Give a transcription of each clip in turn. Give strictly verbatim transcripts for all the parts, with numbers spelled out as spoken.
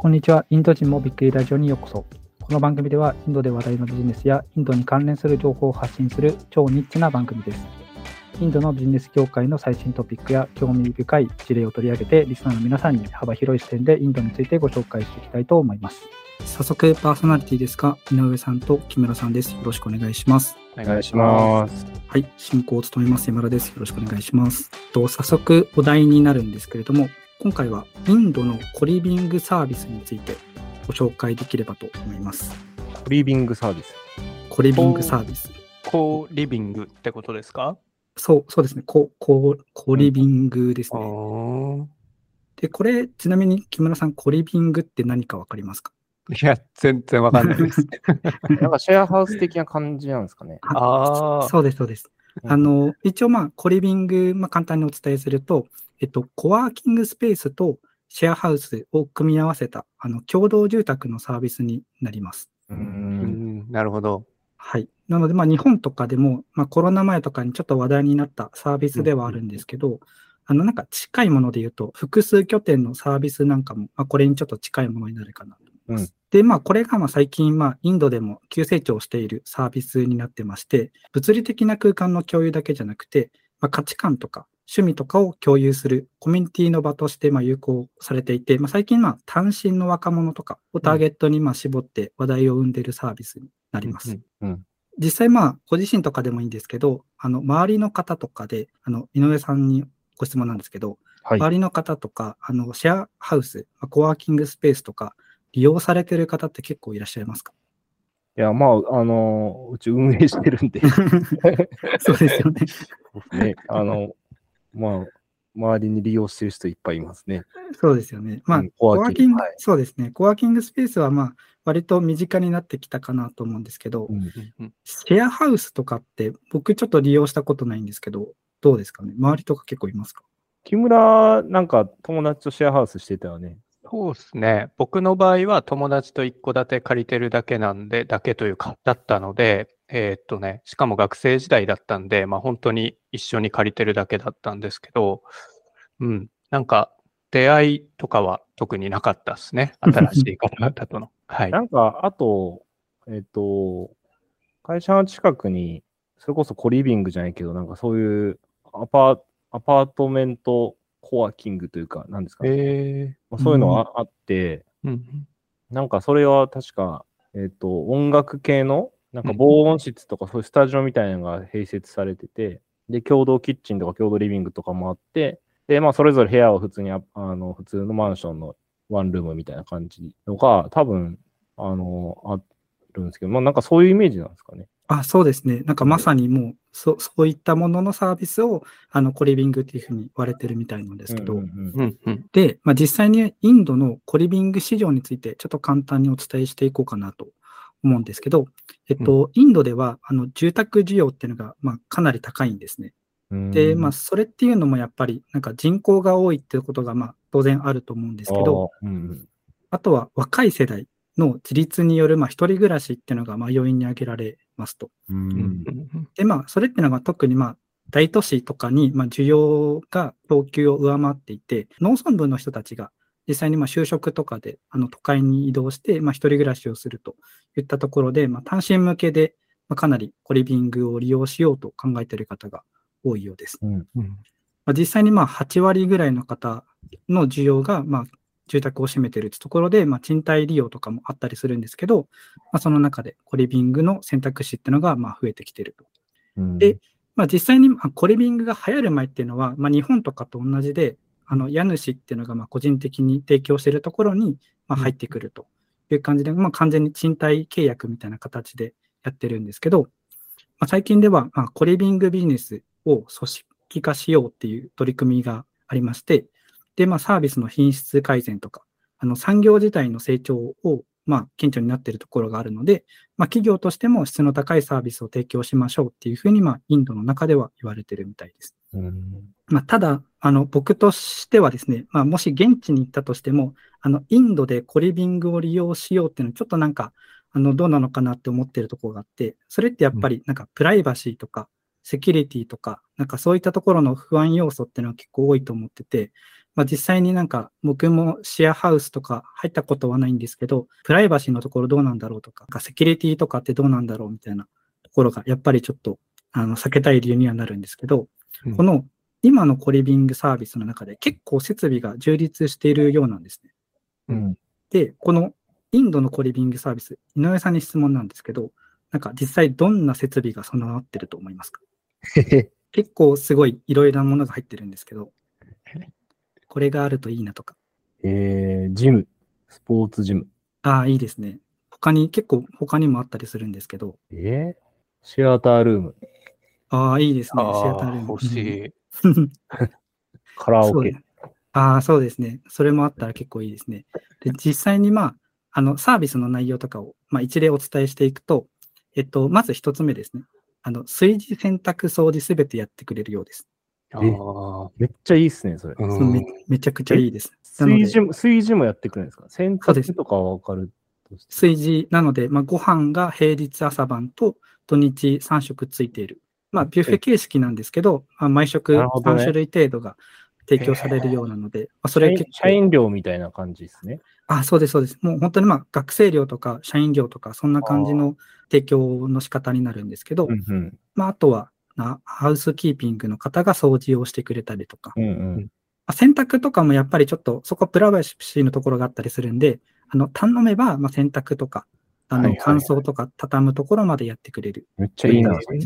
こんにちは。インド人もびっくりラジオにようこそ。この番組ではインドで話題のビジネスやインドに関連する情報を発信する超ニッチな番組です。インドのビジネス業界の最新トピックや興味深い事例を取り上げてリスナーの皆さんに幅広い視点でインドについてご紹介していきたいと思います。早速パーソナリティですが、井上さんと木村さんです。よろしくお願いします。 お願いします。 はい、進行を務めます山田です。よろしくお願いします。と早速お題になるんですけれども、今回はインドのコリビングサービスについてご紹介できればと思います。 コリビングサービス。 コリビングサービス。 コリビングってことですか？ そう、そうですね。コ、コ、コリビングですね。 うん、 で、これ、ちなみに木村さん、コリビングって何かわかりますか？ いや、全然わかんないです。 なんかシェアハウス的な感じなんですかね。 ああ。 そうです、そうです。あの、一応、まあ、コリビング、まあ、簡単にお伝えすると、えっと、コワーキングスペースとシェアハウスを組み合わせた、あの、共同住宅のサービスになります。 ううんん、なるほど。 はい。なので、まあ、日本とかでも、まあ、コロナ前とかにちょっと話題になったサービスではあるんですけど、あの、なんか近いもので言うと、複数拠点のサービスなんかも、まあ、これにちょっと近いものになるかなと思います。 うんで、まあ、これがまあ最近、まあ、インドでも急成長しているサービスになってまして、物理的な空間の共有だけじゃなくて、まあ、価値観とか趣味とかを共有するコミュニティの場としてまあ有効されていて、まあ、最近、まあ、単身の若者とかをターゲットにまあ絞って話題を生んでいるサービスになります。 うんうん実際、まあ、ご自身とかでもいいんですけど、あの、周りの方とかで、あの、井上さんにご質問なんですけど、 はい。 周りの方とか、あの、シェアハウス、まあコワーキングスペースとか、利用されてる方って結構いらっしゃいますか？ いや、まあ、あの、うち運営してるんで。 そうですよね。 そうですね。あの、まあ、周りに利用してる人いっぱいいますね。 そうですよね。まあ、 うんコワーキング、 はいそうですね。コワーキングスペースは、まあ、割と身近になってきたかなと思うんですけど、 うんうんシェアハウスとかって、僕ちょっと利用したことないんですけど、どうですかね？周りとか結構いますか？ 木村、なんか友達とシェアハウスしてたよね。 そうですね。僕の場合は友達と一戸建て借りてるだけなんで、だけというか、だったので、えーっとね、しかも学生時代だったんで、まあ本当に一緒に借りてるだけだったんですけど、うん、なんか出会いとかは特になかったですね。新しい方々との。はいな。んか、あと、えっと、会社の近くに、それこそコリビングじゃないけど、なんかそういうアパアパートメントコワーキングというか、なんですかね。 えまあ、そういうのがあって、 ー、うんなんかそれは確か、えっと、音楽系の、なんか防音室とかそういうスタジオみたいなのが併設されてて、で、共同キッチンとか共同リビングとかもあって、で、まあ、それぞれ部屋は普通にあ、あの、普通のマンションのワンルームみたいな感じのが、多分、あの、あるんですけど、まあ、なんかそういうイメージなんですかね。 あ、そうですね。なんかまさにもう、そ、そういったもののサービスを、あの、コリビングっていうふうに言われてるみたいなんですけど、 うんうんうんうんうんで、まあ、実際にインドのコリビング市場について、ちょっと簡単にお伝えしていこうかなと思うんですけど、えっと、インドでは、あの、住宅需要っていうのが、まあ、かなり高いんですね。 うんで、まあ、それっていうのもやっぱり、なんか人口が多いっていうことが、まあ、当然あると思うんですけど、 あーうんあとは若い世代の自立による、まあ、一人暮らしっていうのが、まあ、要因に挙げられますと。 うんうんうんで、まあ、それっていうのが特に、まあ、大都市とかに、まあ、需要が供給を上回っていて、農村部の人たちが実際に、まあ、就職とかで、あの、都会に移動して、まあ、一人暮らしをするといったところで、まあ、単身向けで、まあ、かなりコリビングを利用しようと考えている方が多いようです。 うんうんまあ、実際に、まあ、はち割ぐらいの方の需要が、まあ、住宅を占めているところで、まあ、賃貸利用とかもあったりするんですけど、まあ、その中でコリビングの選択肢っていうのが、まあ、増えてきていると。 うんで、まあ、実際にまあコリビングが流行る前っていうのは、まあ、日本とかと同じで、あの家主っていうのがまあ個人的に提供しているところにまあ入ってくるという感じで、まあ、完全に賃貸契約みたいな形でやってるんですけど、まあ、最近ではまあコリビングビジネスを組織化しようっていう取り組みがありまして、で、まあ、サービスの品質改善とか、あの産業自体の成長をまあ顕著になっているところがあるので、まあ、企業としても質の高いサービスを提供しましょうっていうふうに、まあ、インドの中では言われているみたいです。 うんまあ、ただ、あの、僕としてはですね、まあ、もし現地に行ったとしても、あの、インドでコリビングを利用しようっていうのは、ちょっとなんか、あの、どうなのかなって思っているところがあって、それってやっぱり、なんか、プライバシーとか、セキュリティとか、なんかそういったところの不安要素っていうのは結構多いと思ってて、 まあ、実際になんか僕もシェアハウスとか入ったことはないんですけど、プライバシーのところどうなんだろうとか、セキュリティとかってどうなんだろうみたいなところがやっぱりちょっとあの避けたい理由にはなるんですけど、うん、この今のコリビングサービスの中で結構設備が充実しているようなんですね。 うん、 で、このインドのコリビングサービス、井上さんに質問なんですけど、なんか実際どんな設備が備わってると思いますか？結構すごいいろいろなものが入ってるんですけど、これがあるといいなとか。 えー、ジム、スポーツジム。 ああ、いいですね。他に、結構他にもあったりするんですけど。 えー、シアタールーム。 ああ、いいですね。 あシアタールーム。 欲しい。 うん、 カラオケ。 ああ、そうですね。それもあったら結構いいですね。で、実際にまあ、あの、サービスの内容とかを、まあ、一例お伝えしていくと、えっと、まず一つ目ですね。あの、炊事、洗濯、掃除すべてやってくれるようです。 ああ、 めっちゃいいっすね、それ。 その め, めちゃくちゃいいです。 炊事も、炊事もやってくれるんですか？洗濯とかはわかるとして。 炊事なので、まあ、ご飯が平日朝晩と土日さん食ついている。まあ、ビュッフェ形式なんですけど、まあ、毎食さん種類程度が提供されるようなので、まあ、それ結構社員寮みたいな感じですね。 あ、そうです、そうです。もう本当にまあ学生寮とか社員寮とか、そんな感じの提供の仕方になるんですけど、 うんうん、 まあ、あとはな、ハウスキーピングの方が掃除をしてくれたりとか、 うんうんまあ、洗濯とかもやっぱりちょっとそこプライバシーのところがあったりするんで、あの、頼めば、まあ、洗濯とか、あの、乾燥とか畳むところまでやってくれる。 めっちゃいいな、 うん。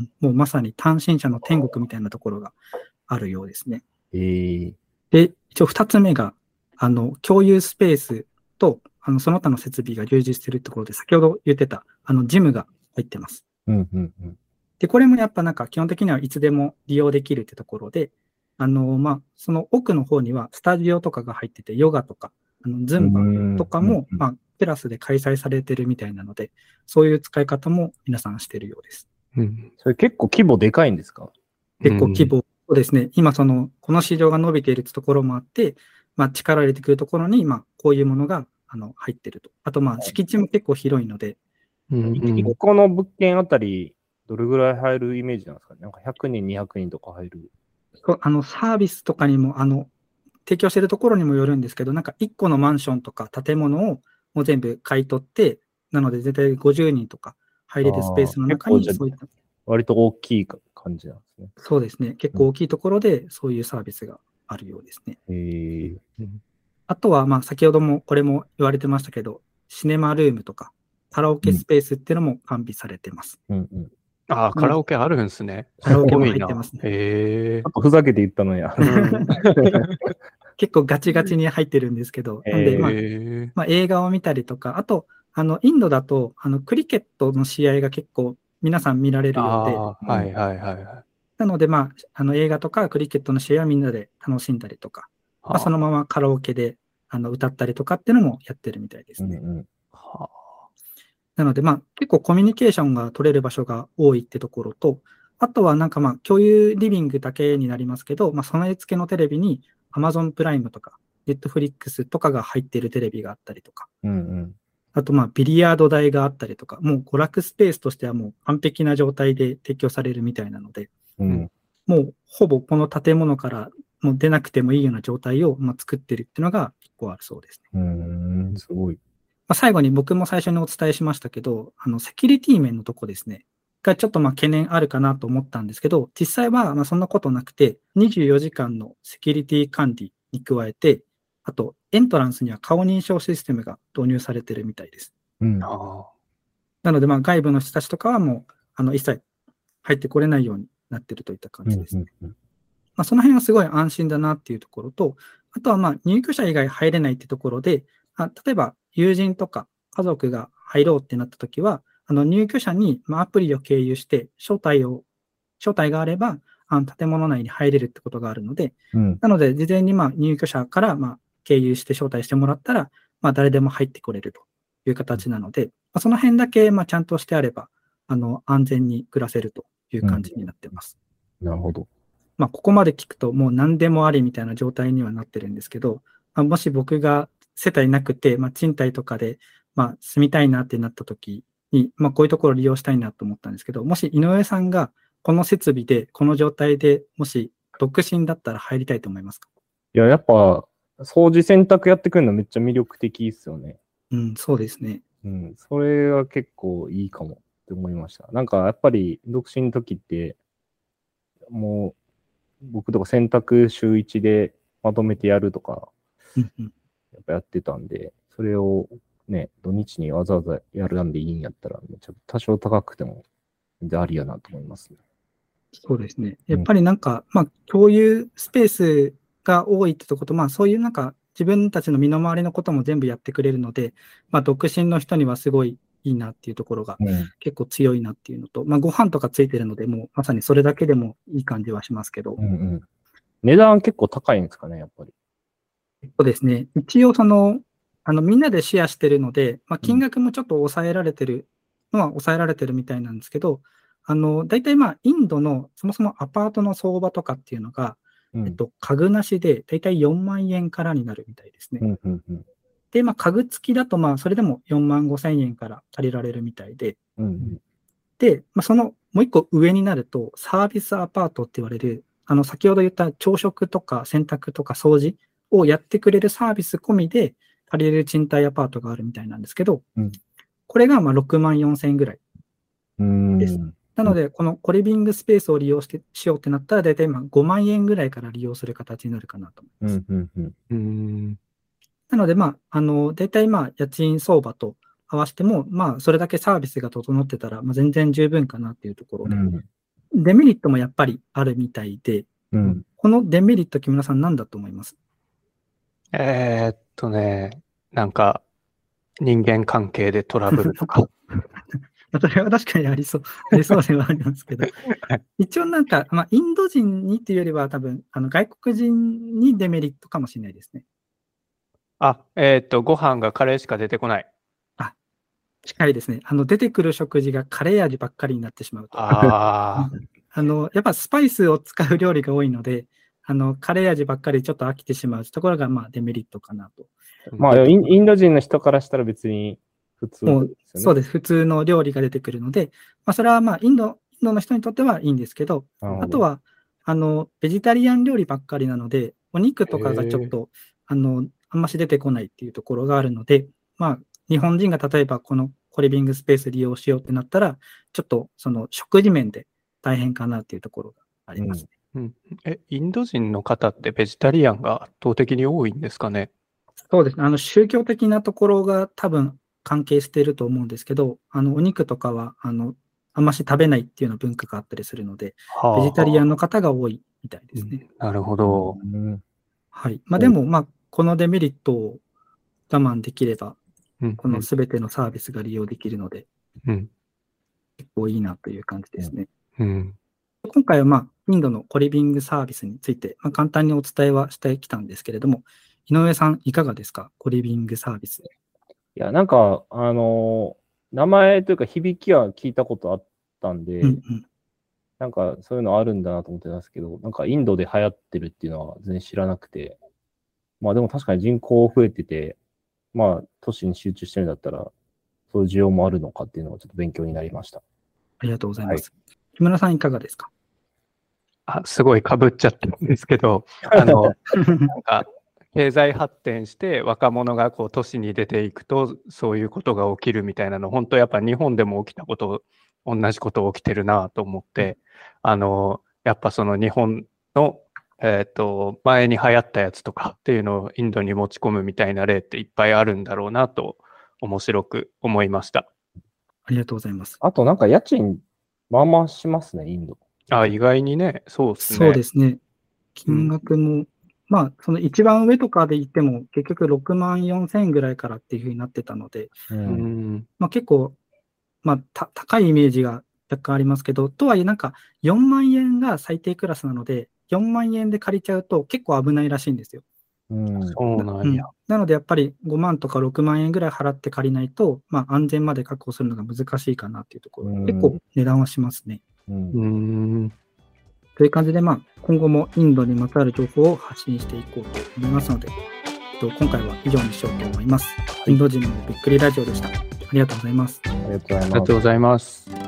もうまさに単身者の天国みたいなところがあるようですね。 えー、 で、一応二つ目が、あの、共有スペースと、あの、その他の設備が充実しているところで、先ほど言ってた、あの、ジムが入ってます。 うんうんうん、 で、これもやっぱなんか基本的にはいつでも利用できるってところで、あの、まあ、その奥の方にはスタジオとかが入ってて、ヨガとか、あの、ズンバとかも、まあ、テラスで開催されてるみたいなので、そういう使い方も皆さんしてるようです。 うん、それ結構規模でかいんですか？ 結構規模、そうですね。今、その、この市場が伸びているところもあって、まあ、力を入れてくるところに、まあ、こういうものが、あの、入ってると。あと、まあ、敷地も結構広いので。 いっこの物件あたり、どれぐらい入るイメージなんですかね？なんかひゃくにん、にひゃくにんとか入る。 あの、サービスとかにも、あの、提供しているところにもよるんですけど、なんかいっこのマンションとか建物をもう全部買い取って、なので絶対ごじゅうにんとか入れるスペースの中にそういった。 割と大きい感じなんですね。 そうですね。結構大きいところでそういうサービスがあるようですね。 へー、 あとは、まあ先ほどもこれも言われてましたけど、シネマルームとかカラオケスペースっていうのも完備されてます。 うんうん、 ああ、カラオケあるんですね。 カラオケも入ってますね。 へえ。 ふざけて言ったのや。 結構ガチガチに入ってるんですけど、なんで、まあ、まあ、映画を見たりとか、あと、あの、インドだと、あの、クリケットの試合が結構皆さん見られるようで、 はいはいはい。 なので、まあ、あの、映画とかクリケットの試合はみんなで楽しんだりとか、まあ、そのままカラオケであの歌ったりとかっていうのもやってるみたいですね。 うんうん、 はあ、なので、まあ、結構コミュニケーションが取れる場所が多いってところと、あとはなんかまあ、共有リビングだけになりますけど、まあ、備え付けのテレビに Amazon プライムとか、Netflix とかが入っているテレビがあったりとか、 うんうん、 あとまあ、ビリヤード台があったりとか、もう娯楽スペースとしてはもう完璧な状態で提供されるみたいなので、 うん、 もうほぼこの建物からもう出なくてもいいような状態をまあ作ってるっていうのが結構あるそうですね。 うん、すごい。 まあ、最後に僕も最初にお伝えしましたけど、あの、セキュリティ面のとこですね。がちょっとまあ懸念あるかなと思ったんですけど、実際はまあそんなことなくて、にじゅうよじかんのセキュリティ管理に加えて、あとエントランスには顔認証システムが導入されてるみたいです。 うん、 あなのでまあ外部の人たちとかはもうあの一切入ってこれないようになってるといった感じですね。 うんうんうん、 まあ、その辺はすごい安心だなっていうところと、あとはまあ入居者以外入れないってところで、あ例えば友人とか家族が入ろうってなったときは、あの入居者にまあアプリを経由して招待を、招待があればあの建物内に入れるってことがあるので、 うん、 なので事前にまあ入居者からまあ経由して招待してもらったら、まあ誰でも入ってこれるという形なので、まあ、その辺だけまあちゃんとしてあれば、あの安全に暮らせるという感じになってます。 うん、なるほど。 まあ、ここまで聞くともう何でもありみたいな状態にはなってるんですけど、まあ、もし僕が世帯なくて、まあ、賃貸とかで、まあ、住みたいなってなった時に、まあ、こういうところを利用したいなと思ったんですけど、もし井上さんがこの設備で、この状態でもし独身だったら入りたいと思いますか？ や、やっぱ、掃除洗濯やってくるのめっちゃ魅力的ですよね。 うん、そうですね。 うん。それは結構いいかもって思いました。なんかやっぱり独身の時って、もう僕とか洗濯週一でまとめてやるとか、 うんうん、 やっぱやってたんで、それをね、土日にわざわざやるなんでいいんやったら、めっちゃ多少高くても全然ありやなと思いますね。 そうですね。やっぱりなんか、うん、まあ、共有スペースが多いってとこと、まあ、そういうなんか、自分たちの身の回りのことも全部やってくれるので、まあ、独身の人にはすごいいいなっていうところが結構強いなっていうのと、うん、まあ、ご飯とかついてるので、もうまさにそれだけでもいい感じはしますけど。 うんうん、値段結構高いんですかね、やっぱり。 そうですね。一応、その、あの、みんなでシェアしてるので、まあ、金額もちょっと抑えられてるのは抑えられてるみたいなんですけど、あの、大体まあ、インドのそもそもアパートの相場とかっていうのが、うん、えっと、家具なしで大体よんまんえんからになるみたいですね。 うんうんうん、 で、まあ、家具付きだと、まあ、それでもよんまんごせんえんから借りられるみたいで、 うんうん、 で、まあ、そのもう一個上になると、サービスアパートって言われる、あの、先ほど言った朝食とか洗濯とか掃除をやってくれるサービス込みで借りれる賃貸アパートがあるみたいなんですけど、うん、これがまあろくまんよんせんえんぐらいです。なので、このコリビングスペースを利用してしようってなったら、だいたい今ごまんえんぐらいから利用する形になるかなと思います。 うんうんうん、うんなので、まあ、あの、だいたいまあ、家賃相場と合わせても、まあ、それだけサービスが整ってたら、まあ、全然十分かなっていうところで、うん、デメリットもやっぱりあるみたいで、うん、このデメリット、木村さん何だと思います？ えー、っとね、なんか、人間関係でトラブルとか。 それは確かにありそう、ありそうではありますけど、一応なんか、まあ、インド人にっていうよりは多分、あの外国人にデメリットかもしれないですね。 あ、えー、っと、ご飯がカレーしか出てこない。 あ、近いですね。あの、出てくる食事がカレー味ばっかりになってしまうと。 ああの、やっぱスパイスを使う料理が多いので、あの、カレー味ばっかりちょっと飽きてしまうところが、まあ、デメリットかなと。 まあ、インド人の人からしたら別に普通ですよね。 そうです。普通の料理が出てくるので、まあ、それはまあ、インド、インドの人にとってはいいんですけど、あとは、あの、ベジタリアン料理ばっかりなので、お肉とかがちょっと、あの、あんまし出てこないっていうところがあるので、まあ、日本人が例えばこのコリビングスペース利用しようってなったら、ちょっとその食事面で大変かなっていうところがありますね。 うんうん、え、インド人の方ってベジタリアンが圧倒的に多いんですかね？ そうですね。あの、宗教的なところが多分関係していると思うんですけど、あの、お肉とかは、あの、あんまし食べないっていうような文化があったりするので、はあ、ベジタリアンの方が多いみたいですね。 うん、なるほど。 うん、はい。まあでも、まあ、このデメリットを我慢できれば、うん、このすべてのサービスが利用できるので、うん、結構いいなという感じですね。うん、今回は、まあ、インドのコリビングサービスについて、まあ、簡単にお伝えはしてきたんですけれども、井上さん、いかがですか？コリビングサービス。 いや、なんか、あのー、名前というか響きは聞いたことあったんで、うんうん、なんかそういうのあるんだなと思ってたんですけど、なんかインドで流行ってるっていうのは全然知らなくて、まあでも確かに人口増えてて、まあ都市に集中してるんだったら、そういう需要もあるのかっていうのがちょっと勉強になりました。 ありがとうございます。はい、木村さん、いかがですか？ あ、すごい被っちゃったんですけど、あの、なんか、経済発展して若者がこう都市に出ていくとそういうことが起きるみたいなの、本当やっぱ日本でも起きたこと同じこと起きてるなと思って、あのやっぱその日本の、えーと、前に流行ったやつとかっていうのをインドに持ち込むみたいな例っていっぱいあるんだろうなと面白く思いました。 ありがとうございます。 あとなんか家賃まあまあしますね、インド。 あ、意外にね、そうですね。 そうですね。金額も、うんまあ、その一番上とかで言っても、結局ろくまんよんせんえんぐらいからっていうふうになってたので、うんまあ、結構、まあた、高いイメージが若干ありますけど、とはいえなんかよんまんえんが最低クラスなので、よんまんえんで借りちゃうと結構危ないらしいんですよ。 うん、そうなんや、 うん。なのでやっぱりごまんとかろくまんえんぐらい払って借りないと、まあ、安全まで確保するのが難しいかなっていうところ、結構値段はしますね。うんうんという感じで、まあ、今後もインドにまつわる情報を発信していこうと思いますので、えっと、今回は以上にしようと思います。インド人のびっくりラジオでした。ありがとうございます。 ありがとうございます。